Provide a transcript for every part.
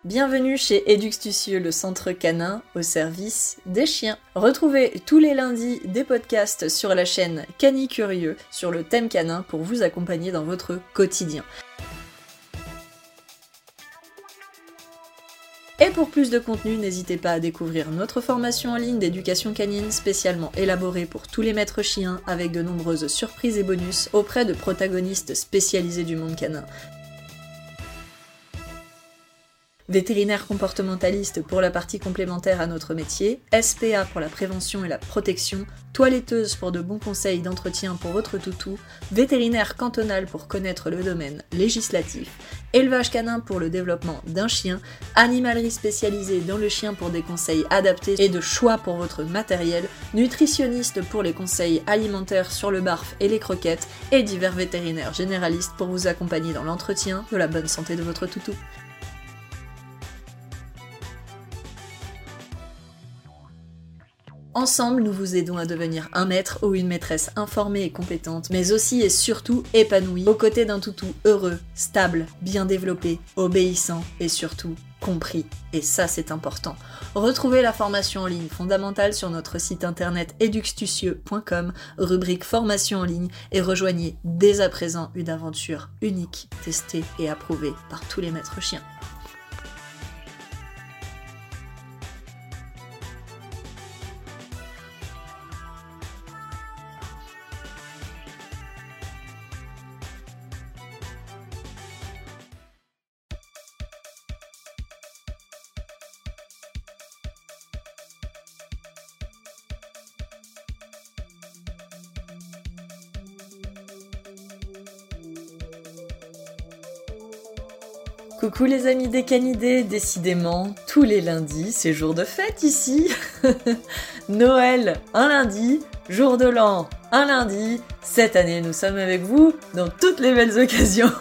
Bienvenue chez Eduxtucieux, le centre canin au service des chiens. Retrouvez tous les lundis des podcasts sur la chaîne Cani Curieux sur le thème canin pour vous accompagner dans votre quotidien. Et pour plus de contenu, n'hésitez pas à découvrir notre formation en ligne d'éducation canine spécialement élaborée pour tous les maîtres chiens avec de nombreuses surprises et bonus auprès de protagonistes spécialisés du monde canin. Vétérinaire comportementaliste pour la partie complémentaire à notre métier, SPA pour la prévention et la protection, toiletteuse pour de bons conseils d'entretien pour votre toutou, vétérinaire cantonal pour connaître le domaine législatif, élevage canin pour le développement d'un chien, animalerie spécialisée dans le chien pour des conseils adaptés et de choix pour votre matériel, nutritionniste pour les conseils alimentaires sur le barf et les croquettes, et divers vétérinaires généralistes pour vous accompagner dans l'entretien de la bonne santé de votre toutou. Ensemble, nous vous aidons à devenir un maître ou une maîtresse informée et compétente, mais aussi et surtout épanouie, aux côtés d'un toutou heureux, stable, bien développé, obéissant et surtout compris. Et ça, c'est important. Retrouvez la formation en ligne fondamentale sur notre site internet eduxtucieux.com, rubrique formation en ligne, et rejoignez dès à présent une aventure unique, testée et approuvée par tous les maîtres chiens. Coucou les amis des canidés, décidément, tous les lundis, c'est jour de fête ici. Noël, un lundi, jour de l'an, un lundi. Cette année, nous sommes avec vous dans toutes les belles occasions.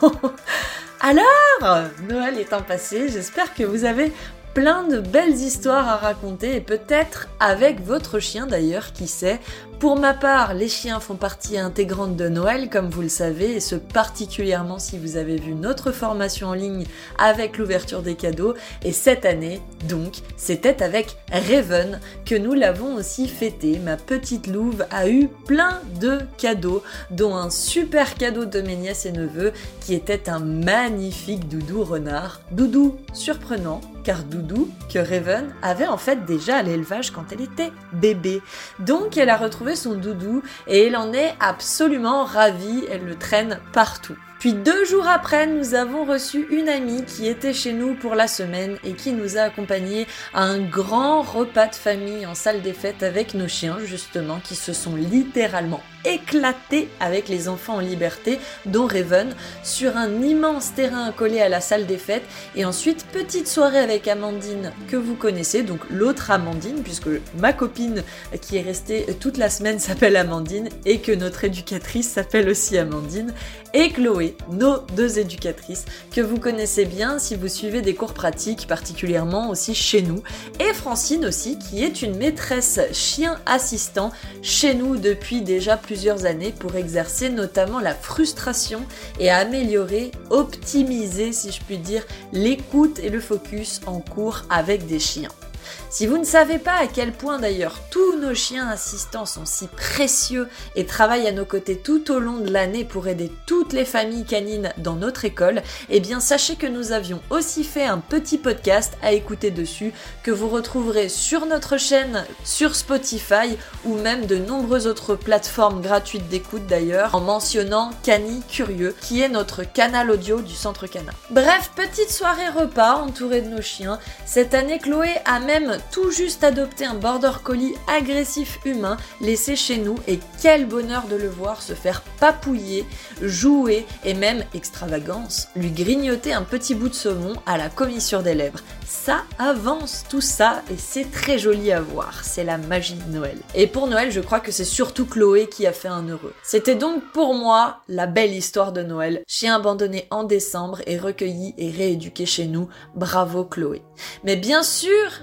Alors, Noël étant passé, j'espère que vous avez plein de belles histoires à raconter et peut-être avec votre chien d'ailleurs, qui sait. Pour ma part, les chiens font partie intégrante de Noël, comme vous le savez, et ce particulièrement si vous avez vu notre formation en ligne avec l'ouverture des cadeaux. Et cette année, donc, c'était avec Raven que nous l'avons aussi fêté. Ma petite louve a eu plein de cadeaux, dont un super cadeau de mes nièces et neveux, qui était un magnifique doudou renard. Doudou surprenant, car doudou que Raven avait en fait déjà à l'élevage quand elle était bébé. Donc elle a retrouvé son doudou et elle en est absolument ravie, elle le traîne partout. Puis 2 jours après, nous avons reçu une amie qui était chez nous pour la semaine et qui nous a accompagnés à un grand repas de famille en salle des fêtes avec nos chiens justement, qui se sont littéralement éclatés avec les enfants en liberté, dont Raven, sur un immense terrain accolé à la salle des fêtes. Et ensuite, petite soirée avec Amandine, que vous connaissez, donc l'autre Amandine, puisque ma copine qui est restée toute la semaine s'appelle Amandine et que notre éducatrice s'appelle aussi Amandine, et Chloé, nos 2 éducatrices, que vous connaissez bien si vous suivez des cours pratiques, particulièrement aussi chez nous, et Francine aussi, qui est une maîtresse chien assistant chez nous depuis déjà plusieurs années pour exercer notamment la frustration et améliorer, optimiser si je puis dire, l'écoute et le focus en cours avec des chiens. Si vous ne savez pas à quel point d'ailleurs tous nos chiens assistants sont si précieux et travaillent à nos côtés tout au long de l'année pour aider toutes les familles canines dans notre école, eh bien sachez que nous avions aussi fait un petit podcast à écouter dessus que vous retrouverez sur notre chaîne, sur Spotify ou même de nombreuses autres plateformes gratuites d'écoute d'ailleurs, en mentionnant Cani Curieux qui est notre canal audio du centre canin. Bref, petite soirée repas entourée de nos chiens. Cette année, Chloé a même tout juste adopté un border collie agressif humain laissé chez nous, et quel bonheur de le voir se faire papouiller, jouer et même, extravagance, lui grignoter un petit bout de saumon à la commissure des lèvres. Ça avance tout ça et c'est très joli à voir, c'est la magie de Noël. Et pour Noël, je crois que c'est surtout Chloé qui a fait un heureux. C'était donc pour moi la belle histoire de Noël, chien abandonné en décembre et recueilli et rééduqué chez nous, bravo Chloé. Mais bien sûr, Chiro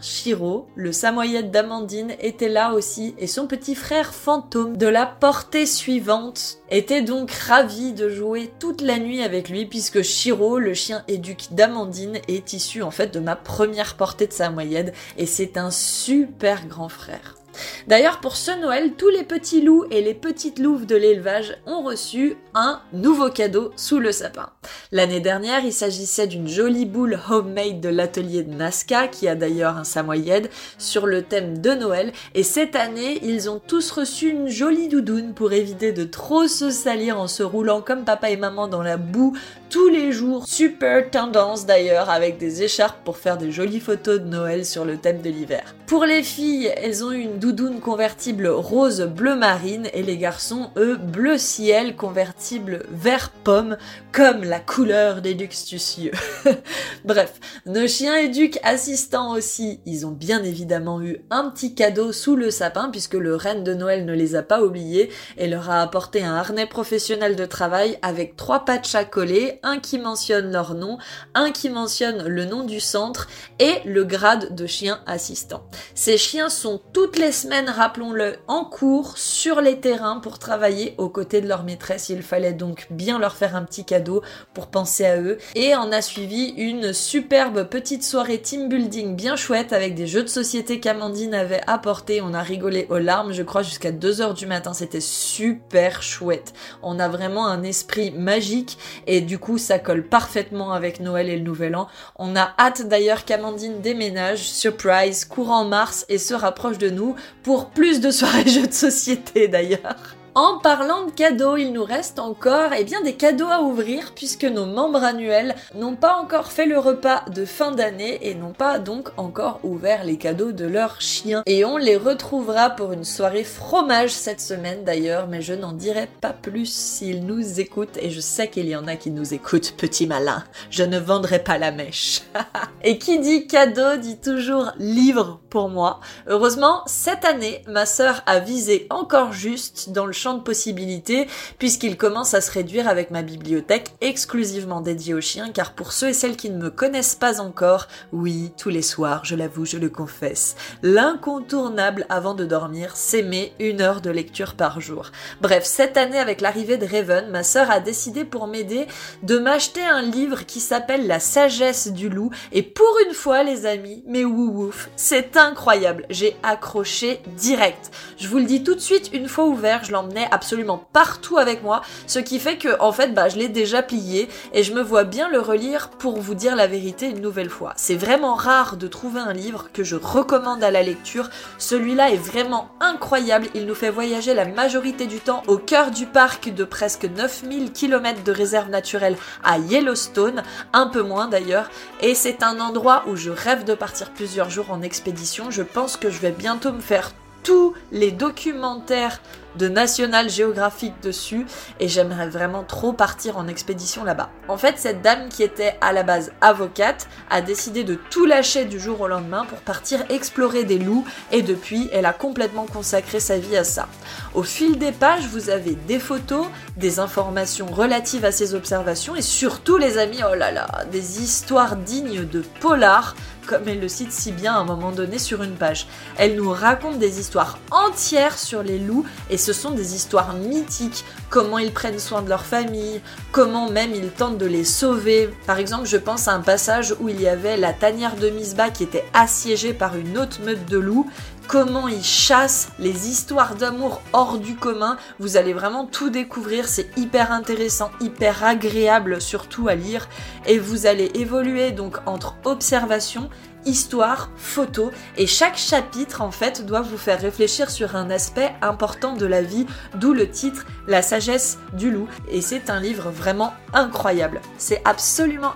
Shiro, le samoyède d'Amandine, était là aussi et son petit frère fantôme de la portée suivante était donc ravi de jouer toute la nuit avec lui puisque Shiro, le chien éduque d'Amandine, est issu en fait de ma première portée de samoyède et c'est un super grand frère. D'ailleurs, pour ce Noël, tous les petits loups et les petites louves de l'élevage ont reçu un nouveau cadeau sous le sapin. L'année dernière, il s'agissait d'une jolie boule homemade de l'atelier de Nazca, qui a d'ailleurs un samoyède, sur le thème de Noël. Et cette année, ils ont tous reçu une jolie doudoune pour éviter de trop se salir en se roulant comme papa et maman dans la boue tous les jours. Super tendance d'ailleurs, avec des écharpes pour faire des jolies photos de Noël sur le thème de l'hiver. Pour les filles, elles ont eu une doudoune convertible rose bleu marine et les garçons, eux, bleu ciel convertible vert pomme, comme la couleur des luxucieux. Bref, nos chiens éduques assistants aussi, ils ont bien évidemment eu un petit cadeau sous le sapin puisque le reine de Noël ne les a pas oubliés et leur a apporté un harnais professionnel de travail avec 3 patchs à coller, un qui mentionne leur nom, un qui mentionne le nom du centre et le grade de chien assistant. Ces chiens sont toutes les semaines, rappelons-le, en cours sur les terrains pour travailler aux côtés de leur maîtresse. Il fallait donc bien leur faire un petit cadeau pour penser à eux. Et en a suivi une superbe petite soirée team building bien chouette avec des jeux de société qu'Amandine avait apportés. On a rigolé aux larmes, je crois, jusqu'à 2h du matin. C'était super chouette. On a vraiment un esprit magique et du coup, ça colle parfaitement avec Noël et le Nouvel An. On a hâte d'ailleurs qu'Amandine déménage, surprise, courant mars et se rapproche de nous pour plus de soirées jeux de société d'ailleurs. En parlant de cadeaux, il nous reste encore des cadeaux à ouvrir puisque nos membres annuels n'ont pas encore fait le repas de fin d'année et n'ont pas donc encore ouvert les cadeaux de leurs chiens. Et on les retrouvera pour une soirée fromage cette semaine d'ailleurs, mais je n'en dirai pas plus s'ils nous écoutent et je sais qu'il y en a qui nous écoutent, petit malin. Je ne vendrai pas la mèche. Et qui dit cadeau dit toujours livre pour moi. Heureusement, cette année, ma sœur a visé encore juste dans le champ de possibilités puisqu'il commence à se réduire avec ma bibliothèque exclusivement dédiée aux chiens car pour ceux et celles qui ne me connaissent pas encore, oui, tous les soirs, je l'avoue, je le confesse, l'incontournable avant de dormir, c'est mes 1 heure de lecture par jour. Bref, cette année avec l'arrivée de Raven, ma sœur a décidé pour m'aider de m'acheter un livre qui s'appelle La sagesse du loup et pour une fois les amis, mais ouf, c'est incroyable, j'ai accroché direct. Je vous le dis tout de suite, une fois ouvert, je l'emmenais absolument partout avec moi, ce qui fait que en fait je l'ai déjà plié et je me vois bien le relire pour vous dire la vérité une nouvelle fois. C'est vraiment rare de trouver un livre que je recommande à la lecture. Celui-là est vraiment incroyable, il nous fait voyager la majorité du temps au cœur du parc de presque 9000 km de réserve naturelle à Yellowstone, un peu moins d'ailleurs, et c'est un endroit où je rêve de partir plusieurs jours en expédition. Je pense que je vais bientôt me faire tous les documentaires de National Geographic dessus et j'aimerais vraiment trop partir en expédition là-bas. En fait, cette dame qui était à la base avocate a décidé de tout lâcher du jour au lendemain pour partir explorer des loups et depuis, elle a complètement consacré sa vie à ça. Au fil des pages, vous avez des photos, des informations relatives à ces observations et surtout les amis, oh là là, des histoires dignes de polar comme elle le cite si bien à un moment donné sur une page. Elle nous raconte des histoires entières sur les loups et ce sont des histoires mythiques, comment ils prennent soin de leur famille, comment même ils tentent de les sauver. Par exemple, je pense à un passage où il y avait la tanière de Misbah qui était assiégée par une autre meute de loups. Comment ils chassent, les histoires d'amour hors du commun, vous allez vraiment tout découvrir, c'est hyper intéressant, hyper agréable surtout à lire et vous allez évoluer donc entre observation, histoire, photo et chaque chapitre en fait doit vous faire réfléchir sur un aspect important de la vie, d'où le titre La sagesse du loup et c'est un livre vraiment incroyable. C'est absolument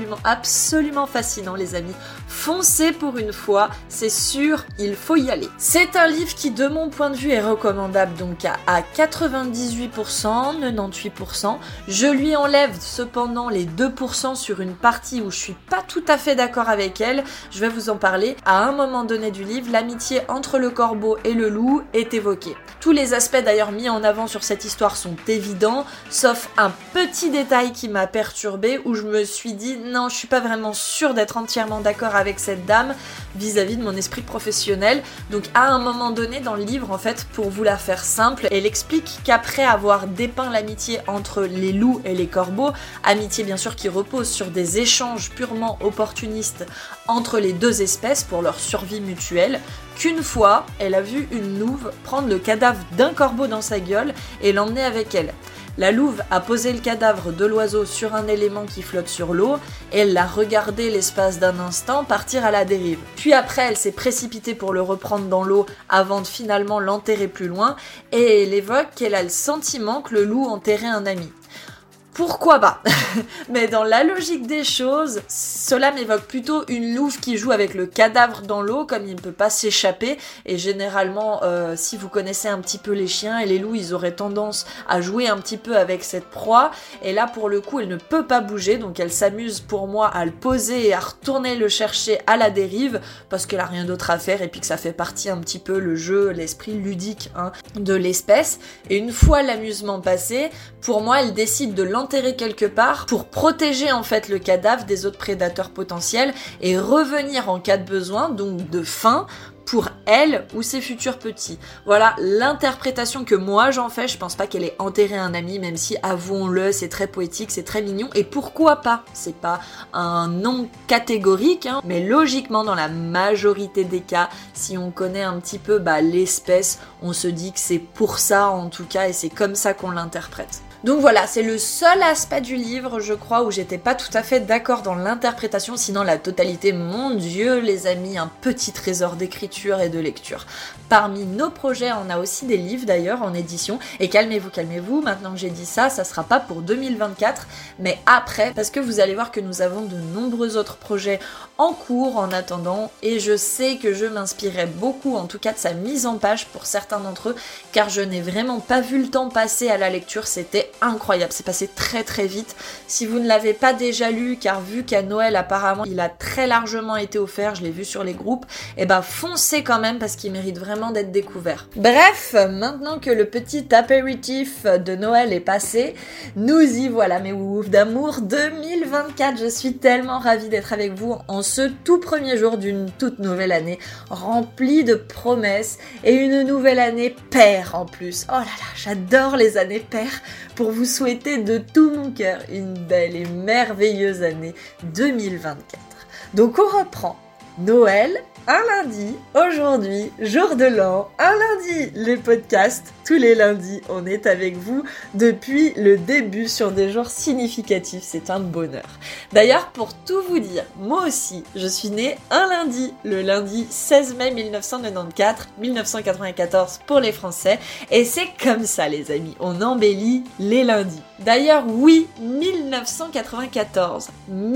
fascinant les amis. Foncez pour une fois, c'est sûr, il faut y aller. C'est un livre qui de mon point de vue est recommandable donc à 98%, 98%. Je lui enlève cependant les 2% sur une partie où je suis pas tout à fait d'accord avec elle. je vais vous en parler. À un moment donné du livre, l'amitié entre le corbeau et le loup est évoquée. Tous les aspects d'ailleurs mis en avant sur cette histoire sont évidents, sauf un petit détail qui m'a perturbée où je me suis dit non, je suis pas vraiment sûre d'être entièrement d'accord avec cette dame vis-à-vis de mon esprit professionnel. Donc à un moment donné dans le livre, en fait, pour vous la faire simple, elle explique qu'après avoir dépeint l'amitié entre les loups et les corbeaux, amitié bien sûr qui repose sur des échanges purement opportunistes entre les deux espèces pour leur survie mutuelle, qu'une fois, elle a vu une louve prendre le cadavre d'un corbeau dans sa gueule et l'emmener avec elle. La louve a posé le cadavre de l'oiseau sur un élément qui flotte sur l'eau et elle l'a regardé l'espace d'un instant partir à la dérive. Puis après, elle s'est précipitée pour le reprendre dans l'eau avant de finalement l'enterrer plus loin et elle évoque qu'elle a le sentiment que le loup enterrait un ami. Pourquoi pas? Mais dans la logique des choses, cela m'évoque plutôt une louve qui joue avec le cadavre dans l'eau comme il ne peut pas s'échapper. Et généralement, si vous connaissez un petit peu les chiens et les loups, ils auraient tendance à jouer un petit peu avec cette proie. Et là, pour le coup, elle ne peut pas bouger, donc elle s'amuse pour moi à le poser et à retourner le chercher à la dérive parce qu'elle a rien d'autre à faire et puis que ça fait partie un petit peu le jeu, l'esprit ludique de l'espèce. Et une fois l'amusement passé, pour moi, elle décide de l'enterrer quelque part pour protéger en fait le cadavre des autres prédateurs potentiels et revenir en cas de besoin, donc de faim, pour elle ou ses futurs petits. Voilà l'interprétation que moi j'en fais. Je pense pas qu'elle ait enterré un ami, même si, avouons-le, c'est très poétique, c'est très mignon. Et pourquoi pas? C'est pas un nom catégorique, mais logiquement, dans la majorité des cas, si on connaît un petit peu l'espèce, on se dit que c'est pour ça en tout cas, et c'est comme ça qu'on l'interprète. Donc voilà, c'est le seul aspect du livre, je crois, où j'étais pas tout à fait d'accord dans l'interprétation, sinon la totalité, mon Dieu, les amis, un petit trésor d'écriture et de lecture. Parmi nos projets, on a aussi des livres d'ailleurs en édition, et calmez-vous, maintenant que j'ai dit ça, ça sera pas pour 2024, mais après, parce que vous allez voir que nous avons de nombreux autres projets en cours en attendant, et je sais que je m'inspirais beaucoup, en tout cas de sa mise en page pour certains d'entre eux, car je n'ai vraiment pas vu le temps passer à la lecture, c'était incroyable, c'est passé très très vite. Si vous ne l'avez pas déjà lu, car vu qu'à Noël apparemment il a très largement été offert, je l'ai vu sur les groupes, et foncez quand même parce qu'il mérite vraiment d'être découvert. Bref, maintenant que le petit apéritif de Noël est passé, nous y voilà mes ouf d'amour 2024. Je suis tellement ravie d'être avec vous en ce tout premier jour d'une toute nouvelle année, remplie de promesses et une nouvelle année paire en plus. Oh là là, j'adore les années paires. Pour vous souhaiter de tout mon cœur une belle et merveilleuse année 2024. Donc on reprend Noël, un lundi, aujourd'hui, jour de l'an, un lundi, les podcasts, tous les lundis, on est avec vous depuis le début sur des jours significatifs, c'est un bonheur. D'ailleurs, pour tout vous dire, moi aussi, je suis née un lundi, le lundi 16 mai 1994 pour les Français, et c'est comme ça les amis, on embellit les lundis. D'ailleurs, oui, 1994,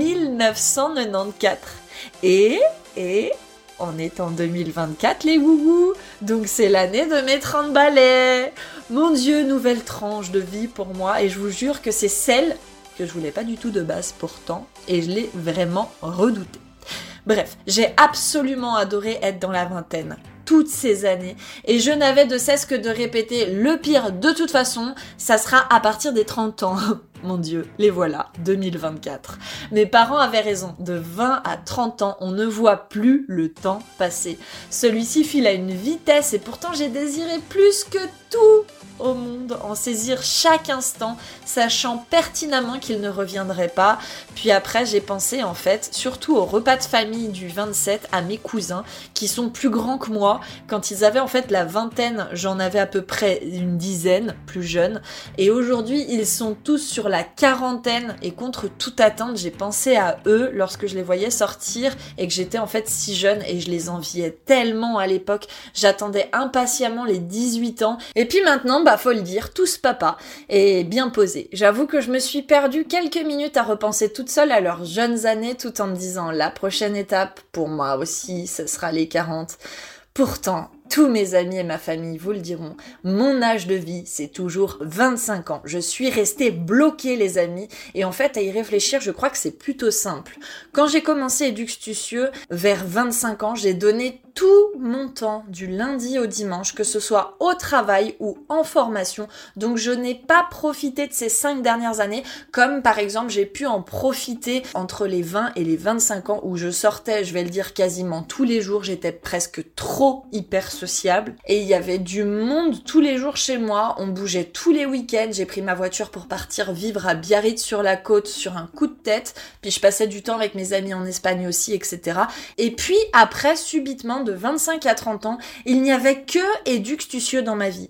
et on est en 2024 les wougous, donc c'est l'année de mes 30 balais. Mon Dieu, nouvelle tranche de vie pour moi, et je vous jure que c'est celle que je voulais pas du tout de base pourtant, et je l'ai vraiment redoutée. Bref, j'ai absolument adoré être dans la vingtaine toutes ces années, et je n'avais de cesse que de répéter le pire de toute façon, ça sera à partir des 30 ans. Mon Dieu, les voilà, 2024. Mes parents avaient raison, de 20 à 30 ans, on ne voit plus le temps passer. Celui-ci file à une vitesse et pourtant j'ai désiré plus que tout au monde en saisir chaque instant, sachant pertinemment qu'il ne reviendrait pas. Puis après, j'ai pensé en fait, surtout au repas de famille du 27, à mes cousins, qui sont plus grands que moi. Quand ils avaient en fait la vingtaine, j'en avais à peu près une dizaine, plus jeunes. Et aujourd'hui, ils sont tous sur la quarantaine et contre toute attente, j'ai pensé à eux lorsque je les voyais sortir et que j'étais en fait si jeune et je les enviais tellement à l'époque. J'attendais impatiemment les 18 ans. Et puis maintenant, faut le dire, tous papa et bien posé. J'avoue que je me suis perdue quelques minutes à repenser toute seule à leurs jeunes années tout en me disant la prochaine étape, pour moi aussi, ce sera les 40. Pourtant, Tous mes amis et ma famille vous le diront, mon âge de vie, c'est toujours 25 ans. Je suis restée bloquée, les amis, et en fait, à y réfléchir, je crois que c'est plutôt simple. Quand j'ai commencé Eduxtucieux, vers 25 ans, j'ai donné tout mon temps, du lundi au dimanche, que ce soit au travail ou en formation. Donc, je n'ai pas profité de ces 5 dernières années, comme par exemple, j'ai pu en profiter entre les 20 et les 25 ans, où je sortais, je vais le dire, quasiment tous les jours. J'étais presque trop hyper sociable et il y avait du monde tous les jours chez moi, on bougeait tous les week-ends, j'ai pris ma voiture pour partir vivre à Biarritz sur la côte sur un coup de tête, puis je passais du temps avec mes amis en Espagne aussi, etc. Et puis après, subitement, de 25 à 30 ans, il n'y avait que Eduxtucieux dans ma vie.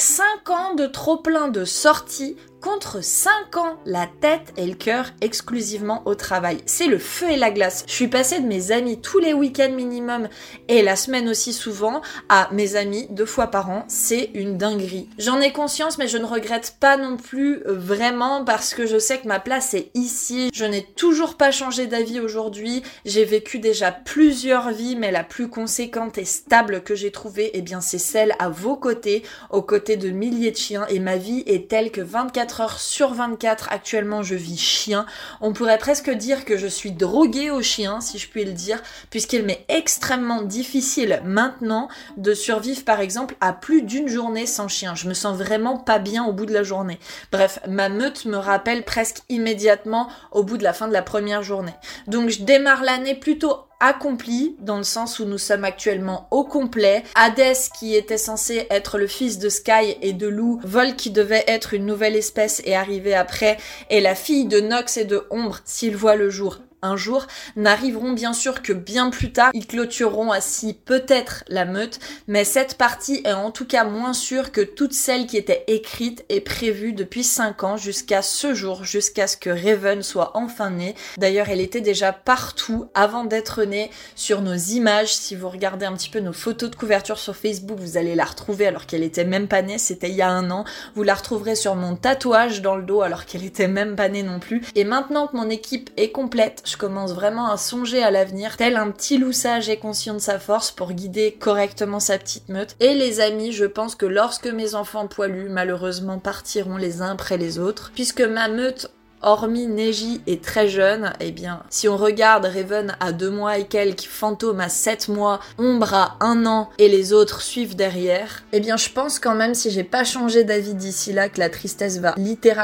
5 ans de trop plein de sorties, contre 5 ans, la tête et le cœur exclusivement au travail. C'est le feu et la glace. Je suis passée de mes amis tous les week-ends minimum et la semaine aussi souvent à mes amis 2 fois par an. C'est une dinguerie. J'en ai conscience, mais je ne regrette pas non plus vraiment parce que je sais que ma place est ici. Je n'ai toujours pas changé d'avis aujourd'hui. J'ai vécu déjà plusieurs vies, mais la plus conséquente et stable que j'ai trouvée, eh bien, c'est celle à vos côtés, aux côtés de milliers de chiens. Et ma vie est telle que 24 heures sur 24, actuellement, je vis chien. On pourrait presque dire que je suis droguée au chien, si je puis le dire, puisqu'il m'est extrêmement difficile maintenant de survivre, par exemple, à plus d'une journée sans chien. Je me sens vraiment pas bien au bout de la journée. Bref, ma meute me rappelle presque immédiatement au bout de la fin de la première journée. Donc, je démarre l'année plutôt accompli, dans le sens où nous sommes actuellement au complet. Hades, qui était censé être le fils de Sky et de Lou, Vol, qui devait être une nouvelle espèce, est arrivé après, et la fille de Nox et de Ombre, s'il voit le jour un jour, n'arriveront bien sûr que bien plus tard. Ils clôtureront ainsi peut-être la meute, mais cette partie est en tout cas moins sûre que toutes celles qui étaient écrites et prévues depuis 5 ans jusqu'à ce jour, jusqu'à ce que Raven soit enfin née. D'ailleurs, elle était déjà partout avant d'être née sur nos images. Si vous regardez un petit peu nos photos de couverture sur Facebook, vous allez la retrouver alors qu'elle était même pas née, c'était il y a 1 an. Vous la retrouverez sur mon tatouage dans le dos alors qu'elle était même pas née non plus. Et maintenant que mon équipe est complète, je commence vraiment à songer à l'avenir, tel un petit loup sage et conscient de sa force pour guider correctement sa petite meute. Et les amis, je pense que lorsque mes enfants poilus, malheureusement, partiront les uns après les autres, puisque ma meute, hormis Neji est très jeune, eh bien, si on regarde Raven à 2 mois et quelques, Fantôme à 7 mois, Ombre à 1 an et les autres suivent derrière, eh bien, je pense quand même, si j'ai pas changé d'avis d'ici là, que la tristesse va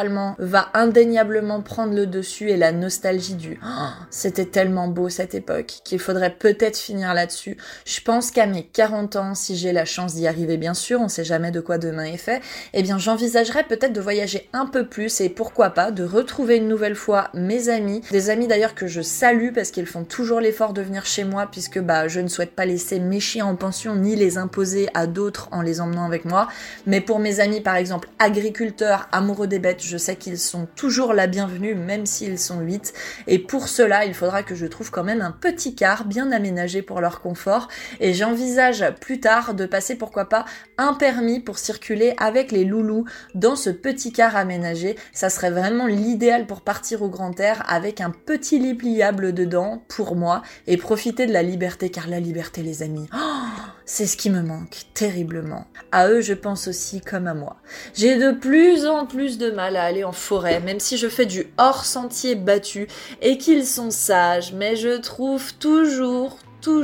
indéniablement prendre le dessus et la nostalgie du c'était tellement beau cette époque qu'il faudrait peut-être finir là-dessus. Je pense qu'à mes 40 ans, si j'ai la chance d'y arriver, bien sûr, on sait jamais de quoi demain est fait, eh bien, j'envisagerais peut-être de voyager un peu plus et pourquoi pas de retrouver une nouvelle fois mes amis, des amis d'ailleurs que je salue parce qu'ils font toujours l'effort de venir chez moi puisque je ne souhaite pas laisser mes chiens en pension ni les imposer à d'autres en les emmenant avec moi, mais pour mes amis par exemple agriculteurs, amoureux des bêtes, je sais qu'ils sont toujours la bienvenue même s'ils sont 8 et pour cela il faudra que je trouve quand même un petit car bien aménagé pour leur confort et j'envisage plus tard de passer pourquoi pas un permis pour circuler avec les loulous dans ce petit car aménagé. Ça serait vraiment l'idéal pour partir au grand air avec un petit lit pliable dedans pour moi et profiter de la liberté, car la liberté les amis, c'est ce qui me manque terriblement. À eux je pense aussi comme à moi. J'ai de plus en plus de mal à aller en forêt, même si je fais du hors sentier battu et qu'ils sont sages, mais je trouve toujours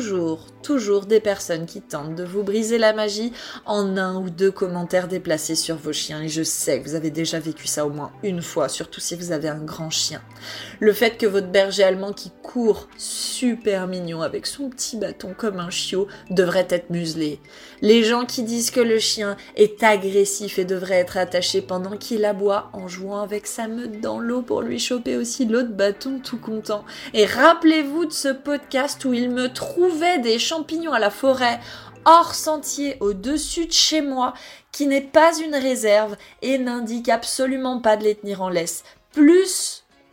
des personnes qui tentent de vous briser la magie en 1 ou 2 commentaires déplacés sur vos chiens. Et je sais que vous avez déjà vécu ça au moins une fois, surtout si vous avez un grand chien. Le fait que votre berger allemand qui court super mignon avec son petit bâton comme un chiot devrait être muselé. Les gens qui disent que le chien est agressif et devrait être attaché pendant qu'il aboie en jouant avec sa meute dans l'eau pour lui choper aussi l'autre bâton tout content. Et rappelez-vous de ce podcast où il me trouvait des champignons à la forêt hors sentier au-dessus de chez moi qui n'est pas une réserve et n'indique absolument pas de les tenir en laisse. Plus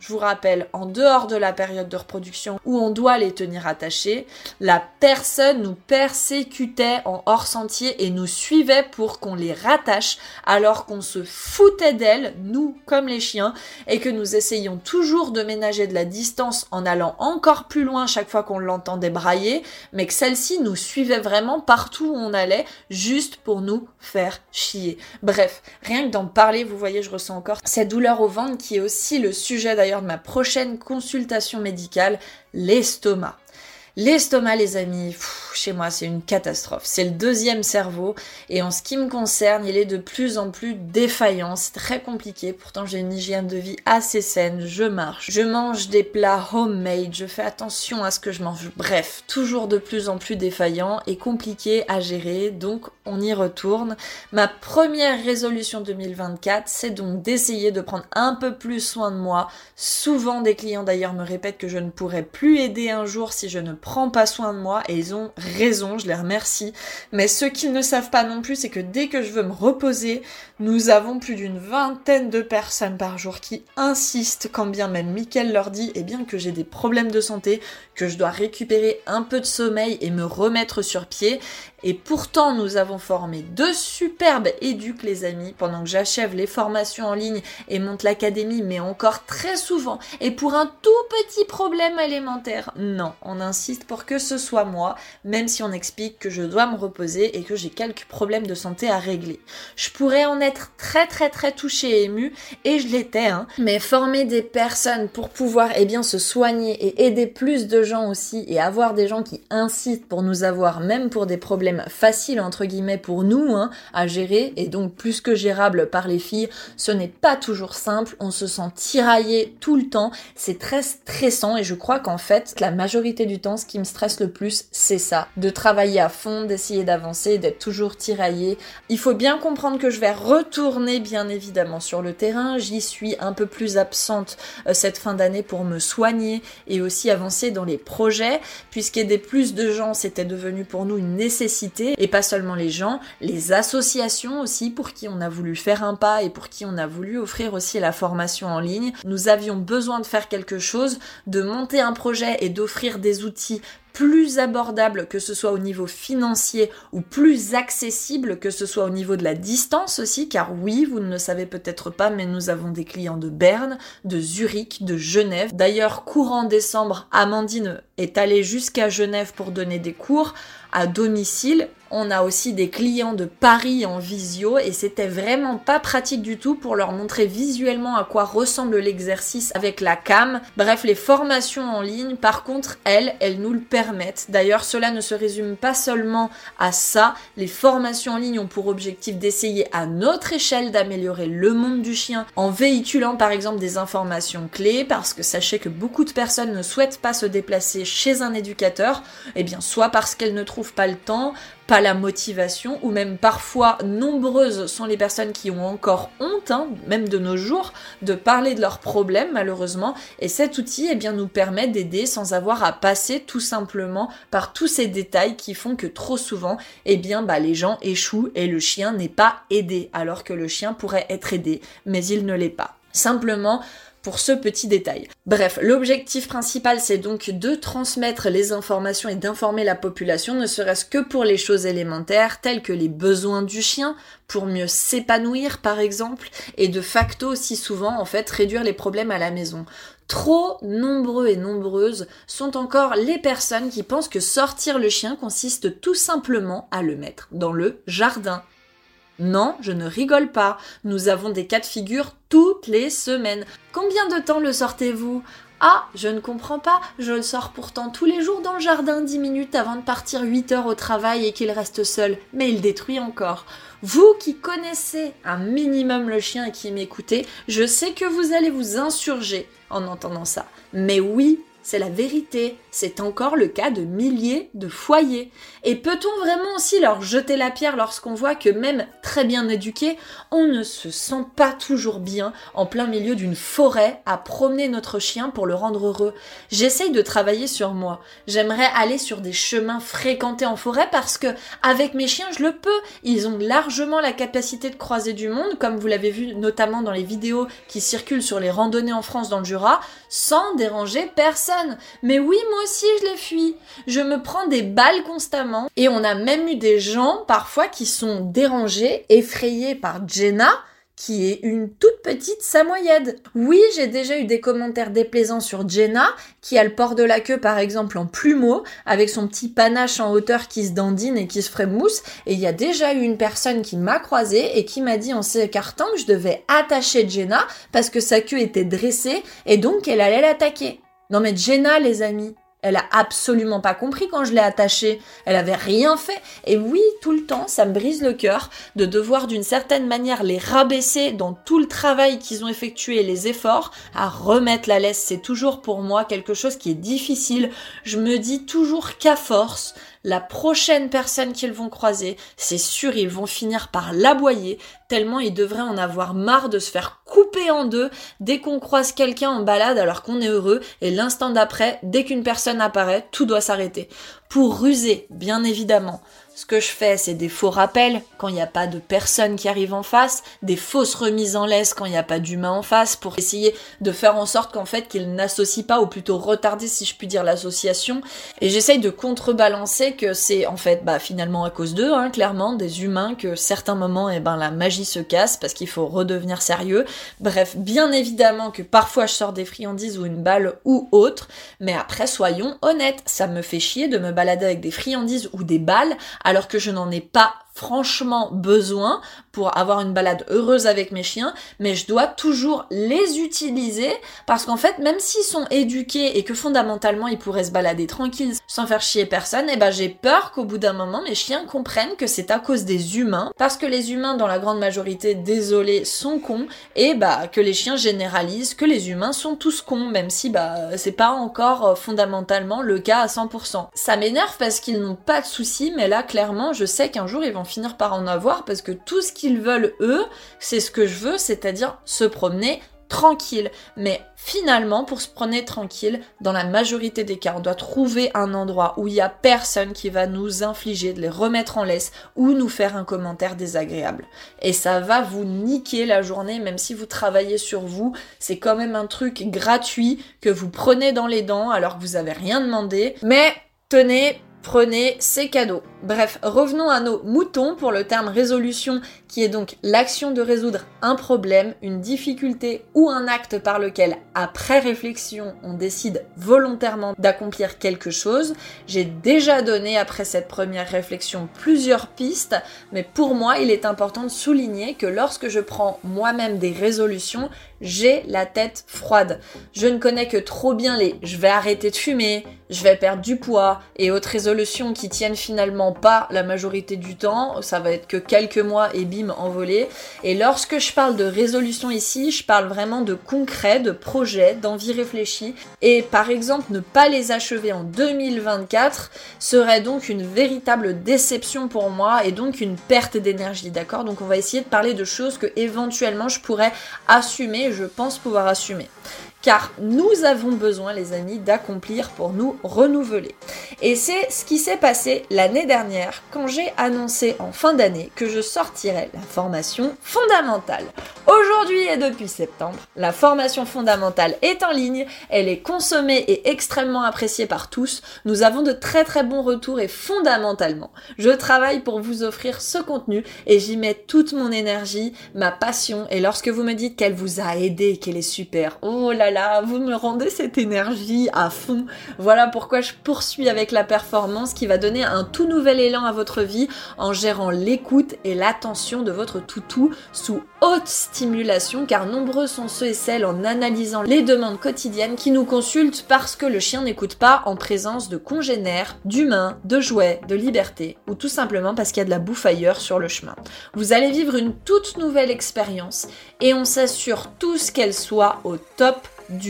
je vous rappelle, en dehors de la période de reproduction où on doit les tenir attachés, la personne nous persécutait en hors sentier et nous suivait pour qu'on les rattache alors qu'on se foutait d'elle, nous comme les chiens, et que nous essayions toujours de ménager de la distance en allant encore plus loin chaque fois qu'on l'entendait brailler, mais que celle-ci nous suivait vraiment partout où on allait, juste pour nous faire chier. Bref, rien que d'en parler, vous voyez, je ressens encore cette douleur au ventre qui est aussi le sujet d'ailleurs de ma prochaine consultation médicale, l'estomac. L'estomac, les amis, chez moi, c'est une catastrophe. C'est le deuxième cerveau et en ce qui me concerne, il est de plus en plus défaillant. C'est très compliqué. Pourtant, j'ai une hygiène de vie assez saine. Je marche, je mange des plats homemade, je fais attention à ce que je mange. Bref, toujours de plus en plus défaillant et compliqué à gérer. Donc, on y retourne. Ma première résolution 2024, c'est donc d'essayer de prendre un peu plus soin de moi. Souvent, des clients d'ailleurs me répètent que je ne pourrais plus aider un jour si je ne prends pas soin de moi et ils ont raison, je les remercie. Mais ce qu'ils ne savent pas non plus, c'est que dès que je veux me reposer, nous avons plus d'une vingtaine de personnes par jour qui insistent, quand bien même Mickaël leur dit que j'ai des problèmes de santé, que je dois récupérer un peu de sommeil et me remettre sur pied. Et pourtant, nous avons formé 2 superbes éduques, les amis, pendant que j'achève les formations en ligne et monte l'académie, mais encore très souvent. Et pour un tout petit problème élémentaire, non, on insiste pour que ce soit moi, même si on explique que je dois me reposer et que j'ai quelques problèmes de santé à régler. Je pourrais en être très touchée et émue, et je l'étais, mais former des personnes pour pouvoir se soigner et aider plus de gens aussi, et avoir des gens qui insistent pour nous avoir, même pour des problèmes faciles entre guillemets pour nous à gérer, et donc plus que gérable par les filles, ce n'est pas toujours simple, on se sent tiraillé tout le temps, c'est très stressant, et je crois qu'en fait la majorité du temps ce qui me stresse le plus c'est ça, de travailler à fond, d'essayer d'avancer, d'être toujours tiraillé. Il faut bien comprendre que je vais retourner bien évidemment sur le terrain, j'y suis un peu plus absente cette fin d'année pour me soigner et aussi avancer dans les projets, puisqu'aider plus de gens c'était devenu pour nous une nécessité, et pas seulement les gens, les associations aussi pour qui on a voulu faire un pas et pour qui on a voulu offrir aussi la formation en ligne. Nous avions besoin de faire quelque chose, de monter un projet et d'offrir des outils plus abordable, que ce soit au niveau financier ou plus accessible, que ce soit au niveau de la distance aussi, car oui, vous ne le savez peut-être pas, mais nous avons des clients de Berne, de Zurich, de Genève. D'ailleurs, courant décembre, Amandine est allée jusqu'à Genève pour donner des cours à domicile. On a aussi des clients de Paris en visio et c'était vraiment pas pratique du tout pour leur montrer visuellement à quoi ressemble l'exercice avec la cam. Bref, les formations en ligne, par contre, elles nous le permettent. D'ailleurs, cela ne se résume pas seulement à ça. Les formations en ligne ont pour objectif d'essayer à notre échelle d'améliorer le monde du chien en véhiculant par exemple des informations clés, parce que sachez que beaucoup de personnes ne souhaitent pas se déplacer chez un éducateur, soit parce qu'elles ne trouvent pas le temps, pas la motivation, ou même parfois nombreuses sont les personnes qui ont encore honte, même de nos jours, de parler de leurs problèmes malheureusement, et cet outil nous permet d'aider sans avoir à passer tout simplement par tous ces détails qui font que trop souvent les gens échouent et le chien n'est pas aidé, alors que le chien pourrait être aidé, mais il ne l'est pas. Simplement pour ce petit détail. Bref, l'objectif principal, c'est donc de transmettre les informations et d'informer la population, ne serait-ce que pour les choses élémentaires, telles que les besoins du chien, pour mieux s'épanouir par exemple, et de facto aussi souvent, réduire les problèmes à la maison. Trop nombreux et nombreuses sont encore les personnes qui pensent que sortir le chien consiste tout simplement à le mettre dans le jardin. Non, je ne rigole pas. Nous avons des cas de figure toutes les semaines. Combien de temps le sortez-vous ? Ah, je ne comprends pas, je le sors pourtant tous les jours dans le jardin 10 minutes avant de partir 8 heures au travail et qu'il reste seul, mais il détruit encore. Vous qui connaissez un minimum le chien et qui m'écoutez, je sais que vous allez vous insurger en entendant ça. Mais oui, c'est la vérité. C'est encore le cas de milliers de foyers. Et peut-on vraiment aussi leur jeter la pierre lorsqu'on voit que même très bien éduqués, on ne se sent pas toujours bien en plein milieu d'une forêt à promener notre chien pour le rendre heureux? J'essaye de travailler sur moi. J'aimerais aller sur des chemins fréquentés en forêt parce que avec mes chiens, je le peux. Ils ont largement la capacité de croiser du monde, comme vous l'avez vu notamment dans les vidéos qui circulent sur les randonnées en France dans le Jura, sans déranger personne. Mais oui, moi aussi je les fuis. Je me prends des balles constamment et on a même eu des gens parfois qui sont dérangés, effrayés par Jenna, qui est une toute petite samoyède. Oui, j'ai déjà eu des commentaires déplaisants sur Jenna, qui a le port de la queue par exemple en plumeau, avec son petit panache en hauteur qui se dandine et qui se frémousse, et il y a déjà eu une personne qui m'a croisée et qui m'a dit en s'écartant que je devais attacher Jenna parce que sa queue était dressée et donc elle allait l'attaquer. Non mais Jenna, les amis, elle a absolument pas compris quand je l'ai attachée. Elle avait rien fait. Et oui, tout le temps, ça me brise le cœur de devoir d'une certaine manière les rabaisser dans tout le travail qu'ils ont effectué et les efforts à remettre la laisse. C'est toujours pour moi quelque chose qui est difficile. Je me dis toujours qu'à force, la prochaine personne qu'ils vont croiser, c'est sûr, ils vont finir par l'aboyer, tellement ils devraient en avoir marre de se faire couper en deux dès qu'on croise quelqu'un en balade alors qu'on est heureux, et l'instant d'après, dès qu'une personne apparaît, tout doit s'arrêter. Pour ruser, bien évidemment. Ce que je fais, c'est des faux rappels quand il n'y a pas de personne qui arrive en face, des fausses remises en laisse quand il n'y a pas d'humain en face, pour essayer de faire en sorte qu'en fait qu'ils n'associent pas, ou plutôt retarder si je puis dire l'association. Et j'essaye de contrebalancer que c'est en fait finalement à cause d'eux, clairement, des humains, que certains moments la magie se casse parce qu'il faut redevenir sérieux. Bref, bien évidemment que parfois je sors des friandises ou une balle ou autre, mais après soyons honnêtes, ça me fait chier de me balader avec des friandises ou des balles alors que je n'en ai pas franchement besoin pour avoir une balade heureuse avec mes chiens, mais je dois toujours les utiliser parce qu'en fait, même s'ils sont éduqués et que fondamentalement ils pourraient se balader tranquilles sans faire chier personne, j'ai peur qu'au bout d'un moment mes chiens comprennent que c'est à cause des humains, parce que les humains dans la grande majorité, désolé, sont cons, et que les chiens généralisent que les humains sont tous cons, même si c'est pas encore fondamentalement le cas à 100%. Ça m'énerve parce qu'ils n'ont pas de soucis, mais là clairement je sais qu'un jour ils vont finir par en avoir parce que tout ce qu'ils veulent eux, c'est ce que je veux, c'est-à-dire se promener tranquille. Mais finalement, pour se promener tranquille, dans la majorité des cas, on doit trouver un endroit où il y a personne qui va nous infliger, de les remettre en laisse ou nous faire un commentaire désagréable. Et ça va vous niquer la journée, même si vous travaillez sur vous. C'est quand même un truc gratuit que vous prenez dans les dents alors que vous avez rien demandé. Mais tenez, prenez, c'est cadeau. Bref, revenons à nos moutons pour le terme résolution, qui est donc l'action de résoudre un problème, une difficulté ou un acte par lequel, après réflexion, on décide volontairement d'accomplir quelque chose. J'ai déjà donné, après cette première réflexion, plusieurs pistes, mais pour moi, il est important de souligner que lorsque je prends moi-même des résolutions, j'ai la tête froide. Je ne connais que trop bien les « je vais arrêter de fumer »,« je vais perdre du poids » et autres résolutions qui tiennent finalement pas la majorité du temps, ça va être que quelques mois et bim, envolé. Et lorsque je parle de résolution ici, je parle vraiment de concret, de projet, d'envie réfléchie. Et par exemple, ne pas les achever en 2024 serait donc une véritable déception pour moi et donc une perte d'énergie, d'accord? Donc on va essayer de parler de choses que éventuellement je pourrais assumer, je pense pouvoir assumer. Car nous avons besoin, les amis, d'accomplir pour nous renouveler. Et c'est ce qui s'est passé l'année dernière quand j'ai annoncé en fin d'année que je sortirais la formation fondamentale. Aujourd'hui et depuis septembre, la formation fondamentale est en ligne, elle est consommée et extrêmement appréciée par tous. Nous avons de très très bons retours et fondamentalement, je travaille pour vous offrir ce contenu et j'y mets toute mon énergie, ma passion, et lorsque vous me dites qu'elle vous a aidé, qu'elle est super, oh là là, vous me rendez cette énergie à fond. Voilà pourquoi je poursuis avec la performance qui va donner un tout nouvel élan à votre vie en gérant l'écoute et l'attention de votre toutou sous haute stimulation, car nombreux sont ceux et celles en analysant les demandes quotidiennes qui nous consultent parce que le chien n'écoute pas en présence de congénères, d'humains, de jouets, de liberté, ou tout simplement parce qu'il y a de la bouffe ailleurs sur le chemin. Vous allez vivre une toute nouvelle expérience et on s'assure tous qu'elle soit au top du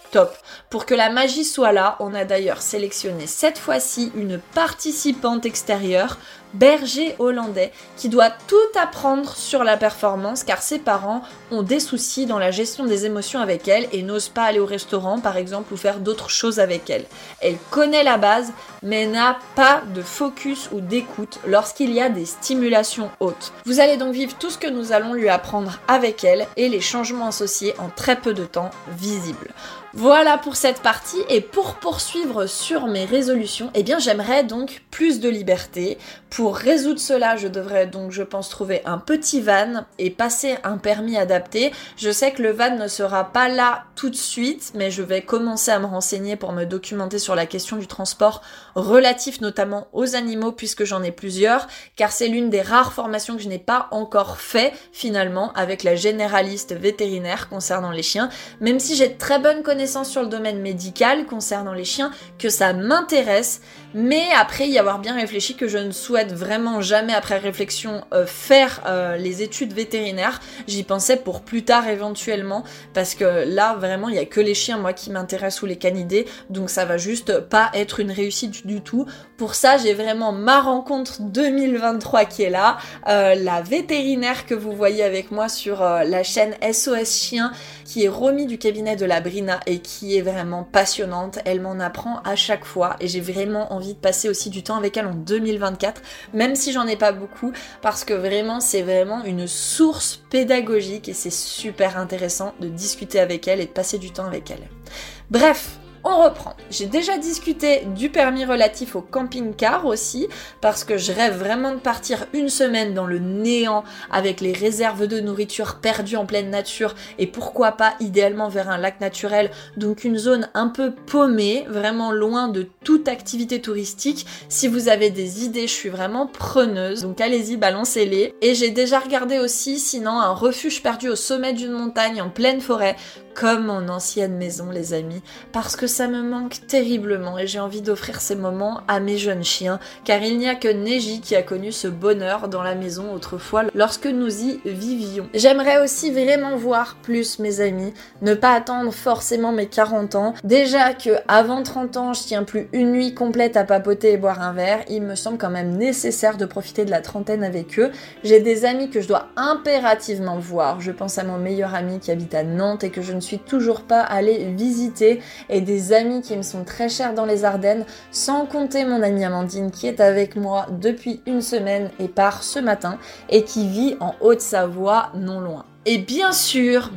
top. Pour que la magie soit là, on a d'ailleurs sélectionné cette fois-ci une participante extérieure, berger hollandais, qui doit tout apprendre sur la performance car ses parents ont des soucis dans la gestion des émotions avec elle et n'osent pas aller au restaurant par exemple ou faire d'autres choses avec elle. Elle connaît la base mais n'a pas de focus ou d'écoute lorsqu'il y a des stimulations hautes. Vous allez donc vivre tout ce que nous allons lui apprendre avec elle et les changements associés en très peu de temps visibles. Voilà pour cette partie et pour poursuivre sur mes résolutions, eh bien j'aimerais donc plus de liberté. Pour résoudre cela, je devrais donc je pense trouver un petit van et passer un permis adapté. Je sais que le van ne sera pas là tout de suite, mais je vais commencer à me renseigner pour me documenter sur la question du transport relatif notamment aux animaux puisque j'en ai plusieurs, car c'est l'une des rares formations que je n'ai pas encore fait finalement avec la généraliste vétérinaire concernant les chiens, même si j'ai de très bonnes connaissances sur le domaine médical concernant les chiens, que ça m'intéresse, mais après y avoir bien réfléchi que je ne souhaite vraiment jamais après réflexion faire les études vétérinaires. J'y pensais pour plus tard éventuellement, parce que là vraiment il y a que les chiens moi qui m'intéressent ou les canidés, donc ça va juste pas être une réussite du tout. Pour ça j'ai vraiment ma rencontre 2023 qui est là, la vétérinaire que vous voyez avec moi sur la chaîne SOS Chien, qui est Romy du cabinet de la Brina et qui est vraiment passionnante. Elle m'en apprend à chaque fois et j'ai vraiment envie de passer aussi du temps avec elle en 2024, même si j'en ai pas beaucoup, parce que vraiment c'est vraiment une source pédagogique et c'est super intéressant de discuter avec elle et de passer du temps avec elle. Bref, on reprend. J'ai déjà discuté du permis relatif au camping-car aussi, parce que je rêve vraiment de partir une semaine dans le néant avec les réserves de nourriture perdues en pleine nature et pourquoi pas idéalement vers un lac naturel, donc une zone un peu paumée, vraiment loin de toute activité touristique. Si vous avez des idées, je suis vraiment preneuse, donc allez-y, balancez-les. Et j'ai déjà regardé aussi sinon un refuge perdu au sommet d'une montagne en pleine forêt, comme mon ancienne maison les amis, parce que ça me manque terriblement et j'ai envie d'offrir ces moments à mes jeunes chiens, car il n'y a que Neji qui a connu ce bonheur dans la maison autrefois lorsque nous y vivions. J'aimerais aussi vraiment voir plus mes amis, ne pas attendre forcément mes 40 ans. Déjà que avant 30 ans je tiens plus une nuit complète à papoter et boire un verre, il me semble quand même nécessaire de profiter de la trentaine avec eux. J'ai des amis que je dois impérativement voir, je pense à mon meilleur ami qui habite à Nantes et que je ne suis toujours pas allée visiter, et des amis qui me sont très chers dans les Ardennes, sans compter mon amie Amandine qui est avec moi depuis une semaine et part ce matin et qui vit en Haute-Savoie non loin. Et bien sûr,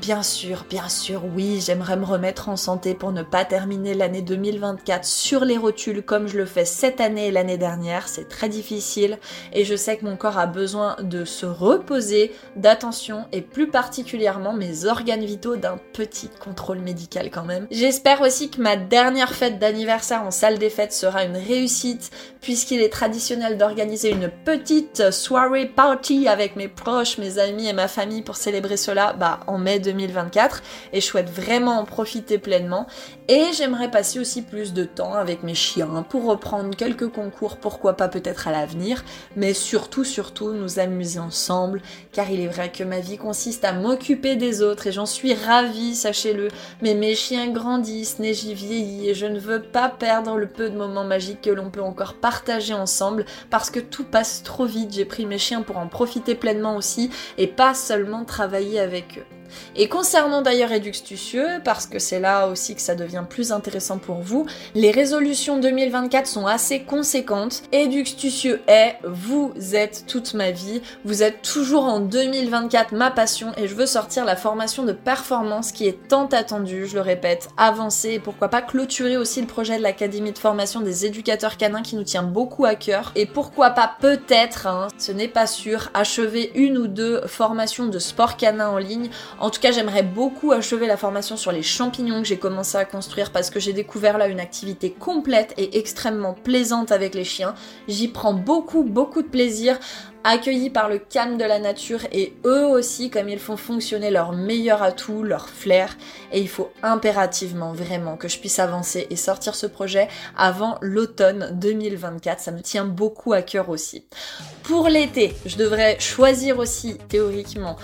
oui, j'aimerais me remettre en santé pour ne pas terminer l'année 2024 sur les rotules comme je le fais cette année et l'année dernière. C'est très difficile et je sais que mon corps a besoin de se reposer, d'attention et plus particulièrement mes organes vitaux d'un petit contrôle médical quand même. J'espère aussi que ma dernière fête d'anniversaire en salle des fêtes sera une réussite puisqu'il est traditionnel d'organiser une petite soirée party avec mes proches, mes amis et ma famille pour célébrer cela en mai 2024 et je souhaite vraiment en profiter pleinement. Et j'aimerais passer aussi plus de temps avec mes chiens pour reprendre quelques concours, pourquoi pas peut-être à l'avenir, mais surtout nous amuser ensemble, car il est vrai que ma vie consiste à m'occuper des autres et j'en suis ravie, sachez-le, mais mes chiens grandissent, Neji vieillit et je ne veux pas perdre le peu de moments magiques que l'on peut encore partager ensemble parce que tout passe trop vite. J'ai pris mes chiens pour en profiter pleinement aussi et pas seulement travailler avec eux. Et concernant d'ailleurs Eduxtucieux, parce que c'est là aussi que ça devient plus intéressant pour vous, les résolutions 2024 sont assez conséquentes. Eduxtucieux est, vous êtes toute ma vie, vous êtes toujours en 2024 ma passion et je veux sortir la formation de performance qui est tant attendue, je le répète, avancer et pourquoi pas clôturer aussi le projet de l'académie de formation des éducateurs canins qui nous tient beaucoup à cœur et pourquoi pas peut-être, ce n'est pas sûr, achever une ou deux formations de sport canin en ligne. En tout cas, j'aimerais beaucoup achever la formation sur les champignons que j'ai commencé à construire parce que j'ai découvert là une activité complète et extrêmement plaisante avec les chiens. J'y prends beaucoup de plaisir. accueillis par le calme de la nature et eux aussi comme ils font fonctionner leur meilleur atout, leur flair, et il faut impérativement vraiment que je puisse avancer et sortir ce projet avant l'automne 2024, ça me tient beaucoup à cœur aussi. Pour l'été, je devrais choisir aussi théoriquement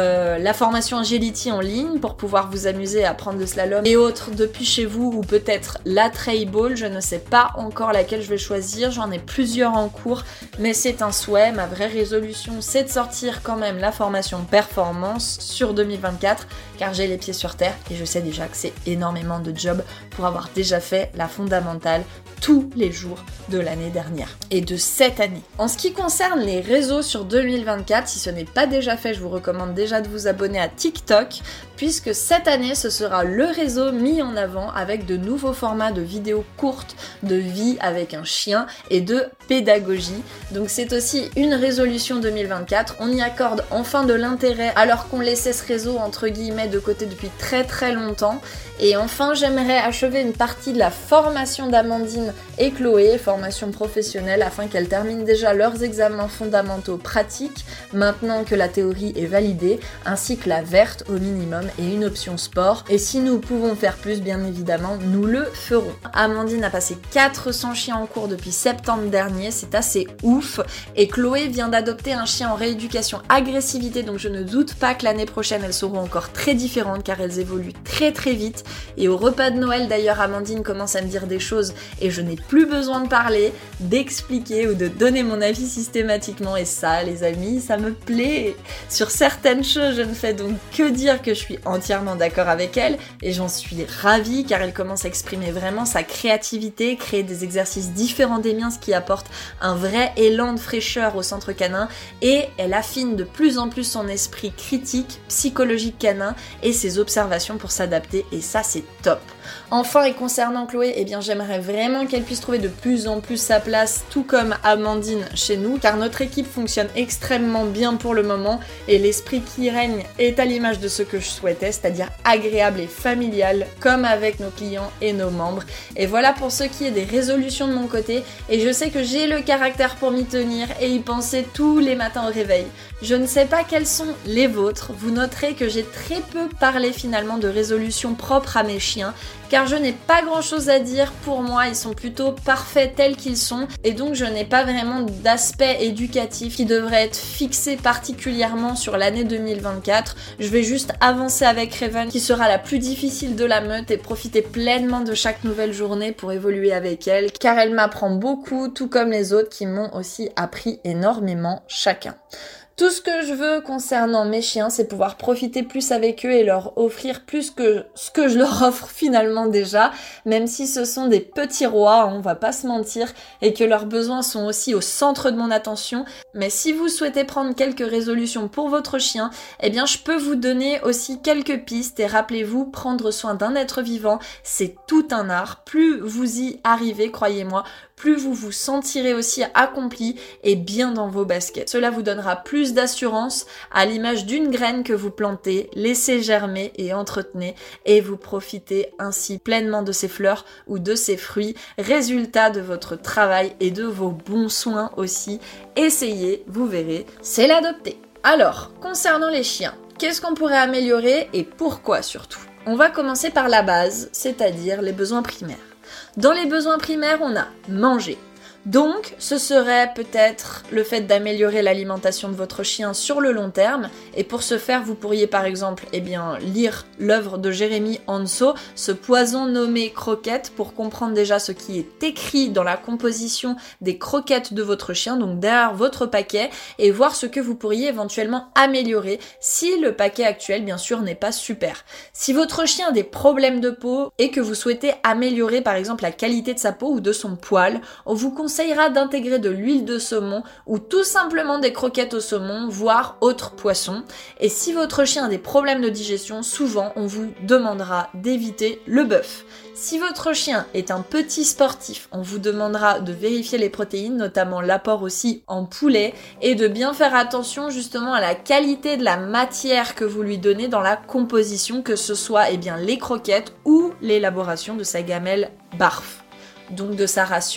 la formation Agility en ligne pour pouvoir vous amuser à prendre le slalom et autres depuis chez vous, ou peut-être la trail ball, je ne sais pas encore laquelle je vais choisir, j'en ai plusieurs en cours, mais c'est un souhait. Ma vraie résolution, c'est de sortir quand même la formation performance sur 2024, car j'ai les pieds sur terre et je sais déjà que c'est énormément de job pour avoir déjà fait la fondamentale tous les jours de l'année dernière et de cette année. En ce qui concerne les réseaux sur 2024, si ce n'est pas déjà fait, je vous recommande déjà de vous abonner à TikTok, puisque cette année, ce sera le réseau mis en avant avec de nouveaux formats de vidéos courtes, de vie avec un chien et de pédagogie. Donc c'est aussi une résolution 2024. On y accorde enfin de l'intérêt alors qu'on laissait ce réseau entre guillemets de côté depuis très très longtemps. Et enfin, j'aimerais achever une partie de la formation d'Amandine et Chloé, formation professionnelle, afin qu'elles terminent déjà leurs examens fondamentaux pratiques, maintenant que la théorie est validée, ainsi que la verte au minimum et une option sport. Et si nous pouvons faire plus, bien évidemment, nous le ferons. Amandine a passé 400 chiens en cours depuis septembre dernier, c'est assez ouf. Et Chloé vient d'adopter un chien en rééducation agressivité, donc je ne doute pas que l'année prochaine, elles seront encore très différentes, car elles évoluent très très vite. Et au repas de Noël d'ailleurs, Amandine commence à me dire des choses et je n'ai plus besoin de parler, d'expliquer ou de donner mon avis systématiquement, et ça les amis, ça me plaît. Sur certaines choses, je ne fais donc que dire que je suis entièrement d'accord avec elle et j'en suis ravie, car elle commence à exprimer vraiment sa créativité, créer des exercices différents des miens, ce qui apporte un vrai élan de fraîcheur au centre canin, et elle affine de plus en plus son esprit critique, psychologique canin et ses observations pour s'adapter, et ça c'est top. Enfin, et concernant Chloé, eh bien j'aimerais vraiment qu'elle puisse trouver de plus en plus sa place, tout comme Amandine chez nous, car notre équipe fonctionne extrêmement bien pour le moment et l'esprit qui règne est à l'image de ce que je souhaitais, c'est-à-dire agréable et familial, comme avec nos clients et nos membres. Et voilà pour ce qui est des résolutions de mon côté, et je sais que j'ai le caractère pour m'y tenir et y penser tous les matins au réveil. Je ne sais pas quelles sont les vôtres, vous noterez que j'ai très peu parlé finalement de résolutions propres à mes chiens, car je n'ai pas grand chose à dire. Pour moi, ils sont plutôt parfaits tels qu'ils sont, et donc je n'ai pas vraiment d'aspect éducatif qui devrait être fixé particulièrement sur l'année 2024. Je vais juste avancer avec Raven, qui sera la plus difficile de la meute, et profiter pleinement de chaque nouvelle journée pour évoluer avec elle, car elle m'apprend beaucoup, tout comme les autres qui m'ont aussi appris énormément chacun. Tout ce que je veux concernant mes chiens, c'est pouvoir profiter plus avec eux et leur offrir plus que ce que je leur offre finalement déjà, même si ce sont des petits rois, on va pas se mentir, et que leurs besoins sont aussi au centre de mon attention. Mais si vous souhaitez prendre quelques résolutions pour votre chien, eh bien je peux vous donner aussi quelques pistes, et rappelez-vous, prendre soin d'un être vivant, c'est tout un art. Plus vous y arrivez, croyez-moi, plus vous vous sentirez aussi accompli et bien dans vos baskets. Cela vous donnera plus d'assurance, à l'image d'une graine que vous plantez, laissez germer et entretenez, et vous profitez ainsi pleinement de ces fleurs ou de ces fruits, résultat de votre travail et de vos bons soins aussi. Essayez, vous verrez, c'est l'adopter. Alors, concernant les chiens, qu'est-ce qu'on pourrait améliorer et pourquoi surtout ? On va commencer par la base, c'est-à-dire les besoins primaires. Dans les besoins primaires, on a manger. Donc, ce serait peut-être le fait d'améliorer l'alimentation de votre chien sur le long terme. Et pour ce faire, vous pourriez par exemple lire l'œuvre de Jérémy Hanso, Ce poison nommé croquette, pour comprendre déjà ce qui est écrit dans la composition des croquettes de votre chien, donc derrière votre paquet, et voir ce que vous pourriez éventuellement améliorer si le paquet actuel, bien sûr, n'est pas super. Si votre chien a des problèmes de peau et que vous souhaitez améliorer par exemple la qualité de sa peau ou de son poil, on vous conseillera d'intégrer de l'huile de saumon ou tout simplement des croquettes au saumon, voire autres poissons. Et si votre chien a des problèmes de digestion, souvent on vous demandera d'éviter le bœuf. Si votre chien est un petit sportif, on vous demandera de vérifier les protéines, notamment l'apport aussi en poulet, et de bien faire attention justement à la qualité de la matière que vous lui donnez dans la composition, que ce soit les croquettes ou l'élaboration de sa gamelle barf, donc de sa ration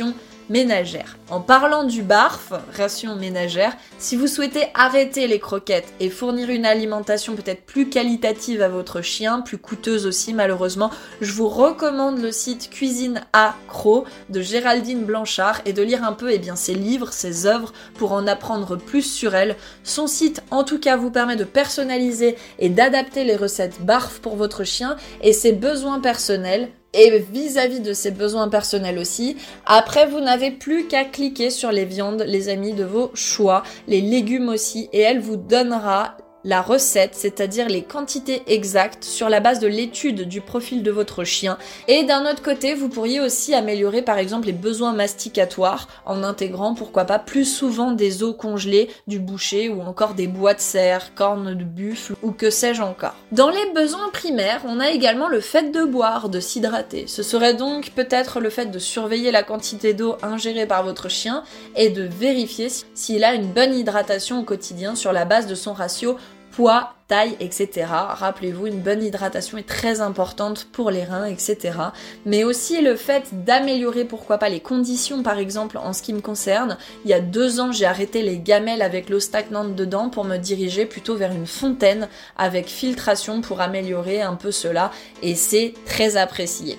ménagère. En parlant du barf, ration ménagère, si vous souhaitez arrêter les croquettes et fournir une alimentation peut-être plus qualitative à votre chien, plus coûteuse aussi malheureusement, je vous recommande le site Cuisine à Croc de Géraldine Blanchard et de lire un peu ses livres, ses œuvres pour en apprendre plus sur elle. Son site en tout cas vous permet de personnaliser et d'adapter les recettes barf pour votre chien et ses besoins personnels. Et vis-à-vis de ses besoins personnels aussi, après vous n'avez plus qu'à cliquer sur les viandes, les amis, de vos choix, les légumes aussi, et elle vous donnera la recette, c'est-à-dire les quantités exactes sur la base de l'étude du profil de votre chien. Et d'un autre côté, vous pourriez aussi améliorer par exemple les besoins masticatoires en intégrant pourquoi pas plus souvent des os congelés du boucher ou encore des bois de cerf, cornes de buffle ou que sais-je encore. Dans les besoins primaires, on a également le fait de boire, de s'hydrater. Ce serait donc peut-être le fait de surveiller la quantité d'eau ingérée par votre chien et de vérifier s'il a une bonne hydratation au quotidien sur la base de son ratio poids, taille, etc. Rappelez-vous, une bonne hydratation est très importante pour les reins, etc. Mais aussi le fait d'améliorer, pourquoi pas, les conditions, par exemple, en ce qui me concerne. Il y a 2 ans, j'ai arrêté les gamelles avec l'eau stagnante dedans pour me diriger plutôt vers une fontaine avec filtration pour améliorer un peu cela, et c'est très apprécié.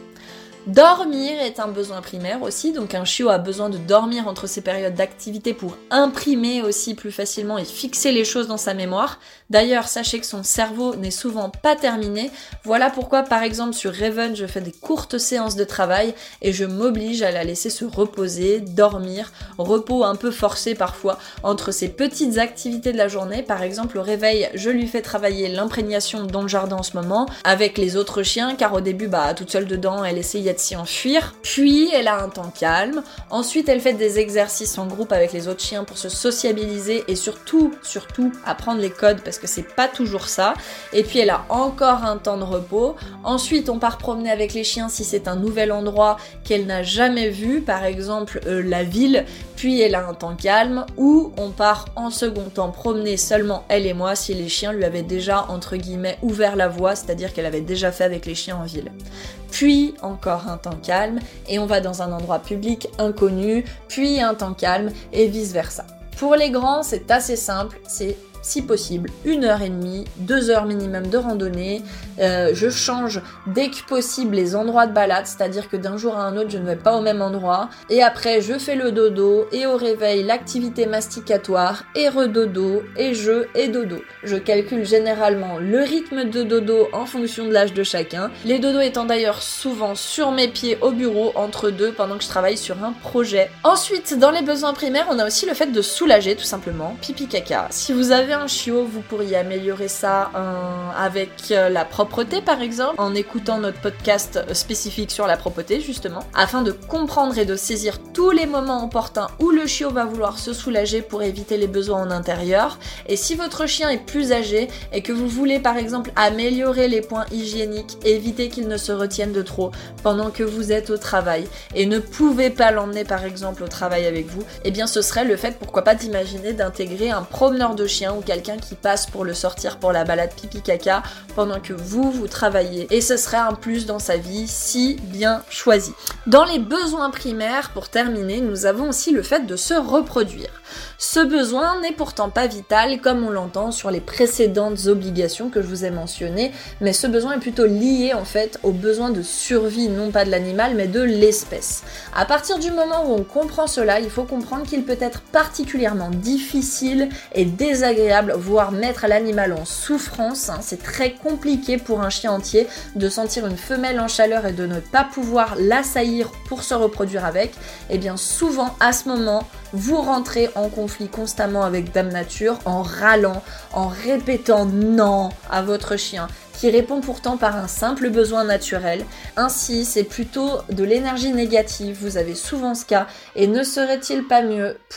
Dormir est un besoin primaire aussi, donc un chiot a besoin de dormir entre ses périodes d'activité pour imprimer aussi plus facilement et fixer les choses dans sa mémoire. D'ailleurs, sachez que son cerveau n'est souvent pas terminé. Voilà pourquoi, par exemple, sur Raven, je fais des courtes séances de travail et je m'oblige à la laisser se reposer, dormir, repos un peu forcé parfois, entre ses petites activités de la journée. Par exemple, au réveil, je lui fais travailler l'imprégnation dans le jardin en ce moment, avec les autres chiens, car au début, toute seule dedans, elle essayait de s'y enfuir. Puis, elle a un temps calme. Ensuite, elle fait des exercices en groupe avec les autres chiens pour se sociabiliser et surtout, apprendre les codes parce que c'est pas toujours ça. Et puis, elle a encore un temps de repos. Ensuite, on part promener avec les chiens si c'est un nouvel endroit qu'elle n'a jamais vu, par exemple la ville. Puis, elle a un temps calme où on part en second temps promener seulement elle et moi si les chiens lui avaient déjà, entre guillemets, ouvert la voie, c'est-à-dire qu'elle avait déjà fait avec les chiens en ville. Puis encore un temps calme et on va dans un endroit public inconnu, puis un temps calme et vice versa. Pour les grands, c'est assez simple, c'est si possible 1h30, 2h minimum de randonnée. Je change dès que possible les endroits de balade, c'est-à-dire que d'un jour à un autre je ne vais pas au même endroit, et après je fais le dodo et au réveil l'activité masticatoire et redodo et jeu et dodo. Je calcule généralement le rythme de dodo en fonction de l'âge de chacun, les dodos étant d'ailleurs souvent sur mes pieds au bureau entre deux pendant que je travaille sur un projet. Ensuite, dans les besoins primaires, on a aussi le fait de soulager tout simplement, pipi caca. Si vous avez un chiot, vous pourriez améliorer ça avec la propreté par exemple, en écoutant notre podcast spécifique sur la propreté justement, afin de comprendre et de saisir tous les moments opportuns où le chiot va vouloir se soulager pour éviter les besoins en intérieur. Et si votre chien est plus âgé et que vous voulez par exemple améliorer les points hygiéniques, éviter qu'il ne se retienne de trop pendant que vous êtes au travail et ne pouvez pas l'emmener par exemple au travail avec vous, eh bien ce serait le fait, pourquoi pas, d'imaginer d'intégrer un promeneur de chien ou quelqu'un qui passe pour le sortir pour la balade pipi caca pendant que vous travaillez, et ce serait un plus dans sa vie si bien choisi. Dans les besoins primaires, pour terminer, nous avons aussi le fait de se reproduire. Ce besoin n'est pourtant pas vital comme on l'entend sur les précédentes obligations que je vous ai mentionnées, mais ce besoin est plutôt lié en fait au besoin de survie, non pas de l'animal mais de l'espèce. À partir du moment où on comprend cela, il faut comprendre qu'il peut être particulièrement difficile et désagréable, voire mettre l'animal en souffrance. C'est très compliqué pour un chien entier de sentir une femelle en chaleur et de ne pas pouvoir l'assaillir pour se reproduire avec. Et bien souvent à ce moment, vous rentrez en conflit constamment avec Dame Nature en râlant, en répétant non à votre chien, qui répond pourtant par un simple besoin naturel. Ainsi, c'est plutôt de l'énergie négative, vous avez souvent ce cas, et ne serait-il pas mieux pour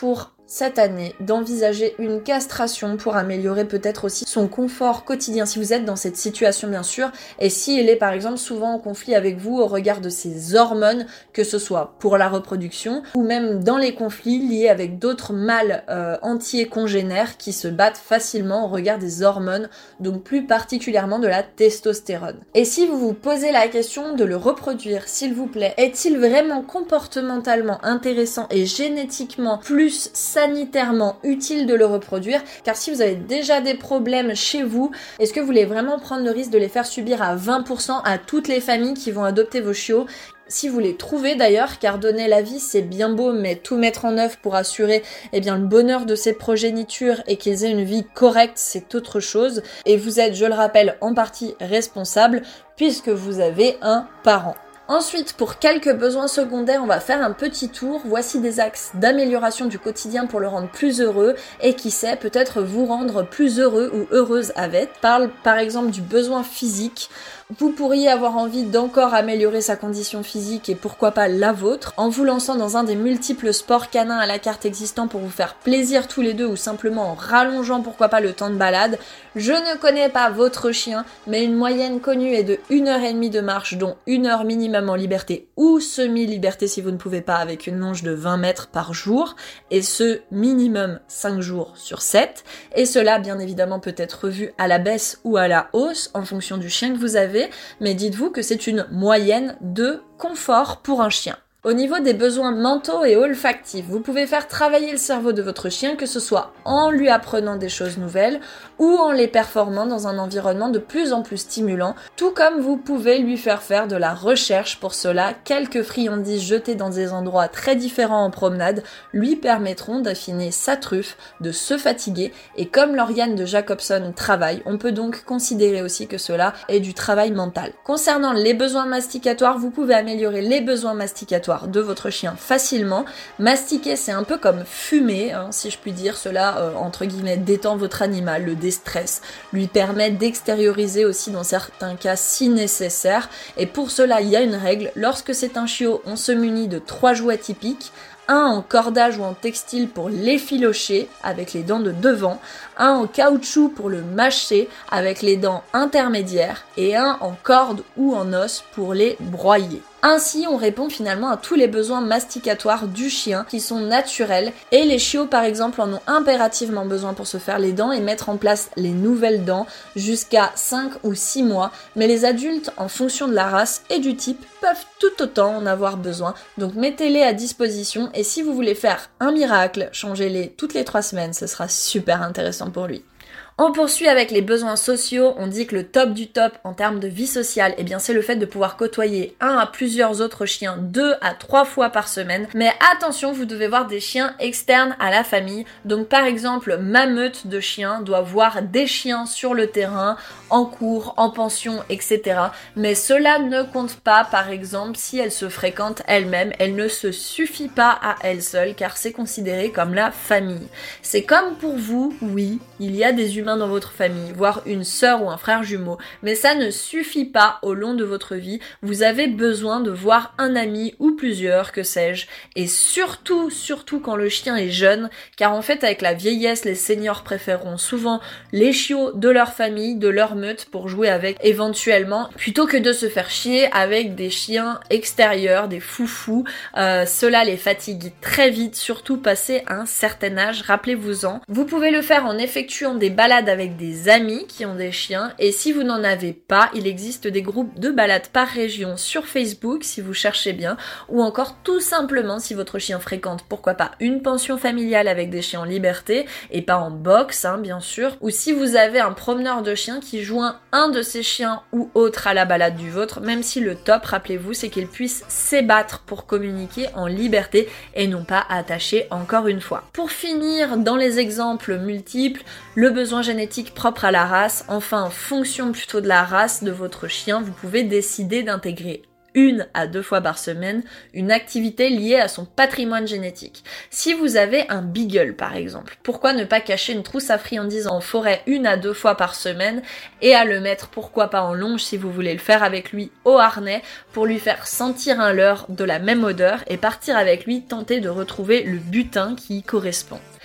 cette année d'envisager une castration pour améliorer peut-être aussi son confort quotidien, si vous êtes dans cette situation bien sûr, et s'il est par exemple souvent en conflit avec vous au regard de ses hormones, que ce soit pour la reproduction ou même dans les conflits liés avec d'autres mâles entiers congénères qui se battent facilement au regard des hormones, donc plus particulièrement de la testostérone. Et si vous vous posez la question de le reproduire, s'il vous plaît, est-il vraiment comportementalement intéressant et génétiquement plus sanitairement utile de le reproduire? Car si vous avez déjà des problèmes chez vous, est-ce que vous voulez vraiment prendre le risque de les faire subir à 20% à toutes les familles qui vont adopter vos chiots? Si vous les trouvez d'ailleurs, car donner la vie c'est bien beau, mais tout mettre en œuvre pour assurer le bonheur de ces progénitures et qu'ils aient une vie correcte, c'est autre chose. Et vous êtes, je le rappelle, en partie responsable puisque vous avez un parent. Ensuite, pour quelques besoins secondaires, on va faire un petit tour. Voici des axes d'amélioration du quotidien pour le rendre plus heureux et qui sait, peut-être vous rendre plus heureux ou heureuse avec. Parle par exemple du besoin physique. Vous pourriez avoir envie d'encore améliorer sa condition physique et pourquoi pas la vôtre en vous lançant dans un des multiples sports canins à la carte existants pour vous faire plaisir tous les deux ou simplement en rallongeant pourquoi pas le temps de balade. Je ne connais pas votre chien, mais une moyenne connue est de 1h30 de marche, dont 1 heure minimum en liberté ou semi-liberté si vous ne pouvez pas, avec une longe de 20 mètres par jour, et ce minimum 5 jours sur 7. Et cela bien évidemment peut être revu à la baisse ou à la hausse en fonction du chien que vous avez, mais dites-vous que c'est une moyenne de confort pour un chien. Au niveau des besoins mentaux et olfactifs, vous pouvez faire travailler le cerveau de votre chien, que ce soit en lui apprenant des choses nouvelles ou en les performant dans un environnement de plus en plus stimulant, tout comme vous pouvez lui faire faire de la recherche. Pour cela, quelques friandises jetées dans des endroits très différents en promenade lui permettront d'affiner sa truffe, de se fatiguer, et comme l'organe de Jacobson travaille, on peut donc considérer aussi que cela est du travail mental. Concernant les besoins masticatoires, vous pouvez améliorer les besoins masticatoires de votre chien facilement. Mastiquer, c'est un peu comme fumer, si je puis dire. Cela, entre guillemets, détend votre animal, le déstresse, lui permet d'extérioriser aussi dans certains cas si nécessaire. Et pour cela, il y a une règle. Lorsque c'est un chiot, on se munit de 3 jouets typiques. Un en cordage ou en textile pour l'effilocher avec les dents de devant, un en caoutchouc pour le mâcher avec les dents intermédiaires et un en corde ou en os pour les broyer. Ainsi, on répond finalement à tous les besoins masticatoires du chien qui sont naturels, et les chiots par exemple en ont impérativement besoin pour se faire les dents et mettre en place les nouvelles dents jusqu'à 5 ou 6 mois, mais les adultes, en fonction de la race et du type, peuvent tout autant en avoir besoin, donc mettez-les à disposition, et si vous voulez faire un miracle, changez-les toutes les 3 semaines, ce sera super intéressant pour lui. On poursuit avec les besoins sociaux. On dit que le top du top en termes de vie sociale, c'est le fait de pouvoir côtoyer 1 à plusieurs autres chiens 2 à 3 fois par semaine. Mais attention, vous devez voir des chiens externes à la famille. Donc par exemple, ma meute de chiens doit voir des chiens sur le terrain, en cours, en pension, etc. Mais cela ne compte pas, par exemple, si elle se fréquente elle-même. Elle ne se suffit pas à elle seule, car c'est considéré comme la famille. C'est comme pour vous, oui, il y a des humains dans votre famille, voire une sœur ou un frère jumeau, mais ça ne suffit pas au long de votre vie. Vous avez besoin de voir un ami ou plusieurs, que sais-je, et surtout quand le chien est jeune, car en fait avec la vieillesse, les seniors préféreront souvent les chiots de leur famille, de leur meute pour jouer avec éventuellement, plutôt que de se faire chier avec des chiens extérieurs, des foufous. Cela les fatigue très vite, surtout passé un certain âge, rappelez-vous-en. Vous pouvez le faire en effectuant des balades avec des amis qui ont des chiens, et si vous n'en avez pas, il existe des groupes de balades par région sur Facebook si vous cherchez bien, ou encore tout simplement si votre chien fréquente, pourquoi pas, une pension familiale avec des chiens en liberté et pas en box, bien sûr, ou si vous avez un promeneur de chiens qui joint un de ses chiens ou autre à la balade du vôtre, même si le top, rappelez-vous, c'est qu'il puisse s'ébattre pour communiquer en liberté et non pas attaché encore une fois. Pour finir, dans les exemples multiples, le besoin génétique propre à la race, enfin en fonction plutôt de la race de votre chien, vous pouvez décider d'intégrer 1 à 2 fois par semaine une activité liée à son patrimoine génétique. Si vous avez un beagle par exemple, pourquoi ne pas cacher une trousse à friandises en forêt 1 à 2 fois par semaine et à le mettre pourquoi pas en longe si vous voulez le faire avec lui au harnais pour lui faire sentir un leurre de la même odeur et partir avec lui tenter de retrouver le butin qui y correspond.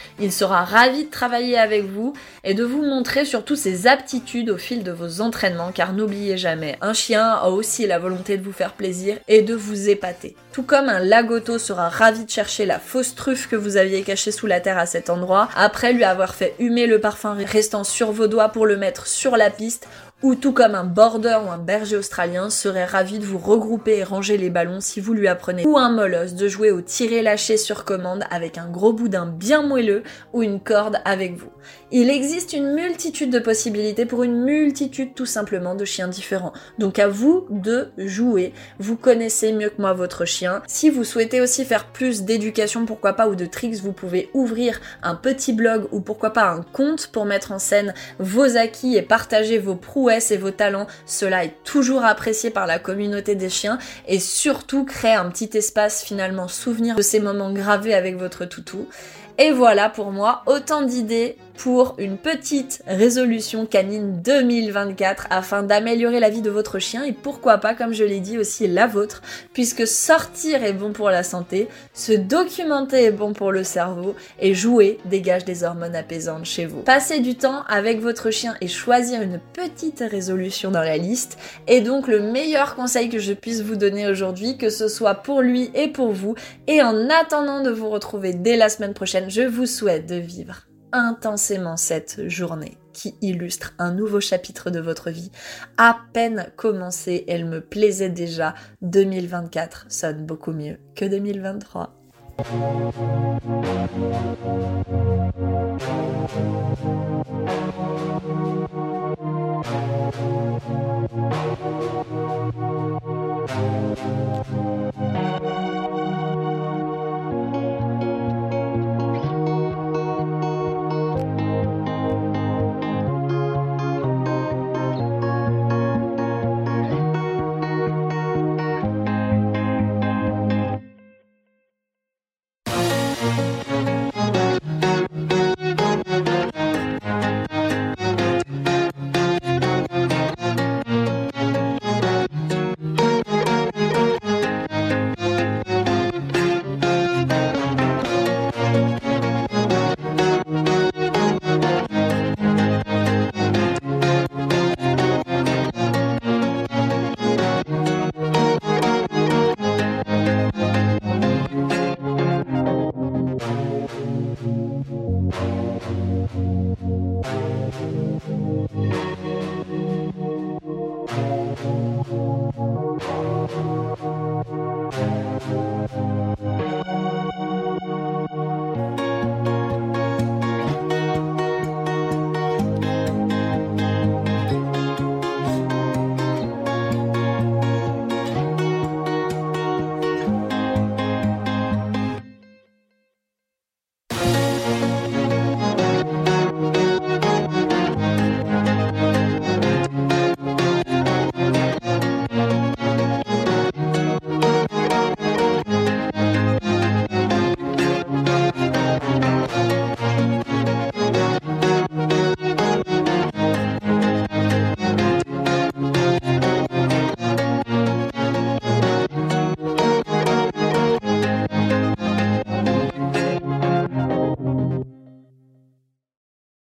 Il sera ravi de travailler avec vous et de vous montrer surtout ses aptitudes au fil de vos entraînements, car n'oubliez jamais, un chien a aussi la volonté de vous faire plaisir et de vous épater. Tout comme un lagotto sera ravi de chercher la fausse truffe que vous aviez cachée sous la terre à cet endroit, après lui avoir fait humer le parfum restant sur vos doigts pour le mettre sur la piste, ou tout comme un border ou un berger australien serait ravi de vous regrouper et ranger les ballons si vous lui apprenez, ou un molosse de jouer au tiré-lâché sur commande avec un gros boudin bien moelleux ou une corde avec vous. Il existe une multitude de possibilités pour une multitude tout simplement de chiens différents. Donc à vous de jouer. Vous connaissez mieux que moi votre chien. Si vous souhaitez aussi faire plus d'éducation, pourquoi pas, ou de tricks, vous pouvez ouvrir un petit blog ou pourquoi pas un compte pour mettre en scène vos acquis et partager vos prouesses et vos talents. Cela est toujours apprécié par la communauté des chiens et surtout créer un petit espace finalement souvenir de ces moments gravés avec votre toutou. Et voilà pour moi autant d'idées pour une petite résolution canine 2024 afin d'améliorer la vie de votre chien et pourquoi pas, comme je l'ai dit, aussi la vôtre, puisque sortir est bon pour la santé, se documenter est bon pour le cerveau et jouer dégage des hormones apaisantes chez vous. Passer du temps avec votre chien et choisir une petite résolution dans la liste est donc le meilleur conseil que je puisse vous donner aujourd'hui, que ce soit pour lui et pour vous. Et en attendant de vous retrouver dès la semaine prochaine, je vous souhaite de vivre intensément cette journée qui illustre un nouveau chapitre de votre vie. À peine commencée, elle me plaisait déjà. 2024 sonne beaucoup mieux que 2023.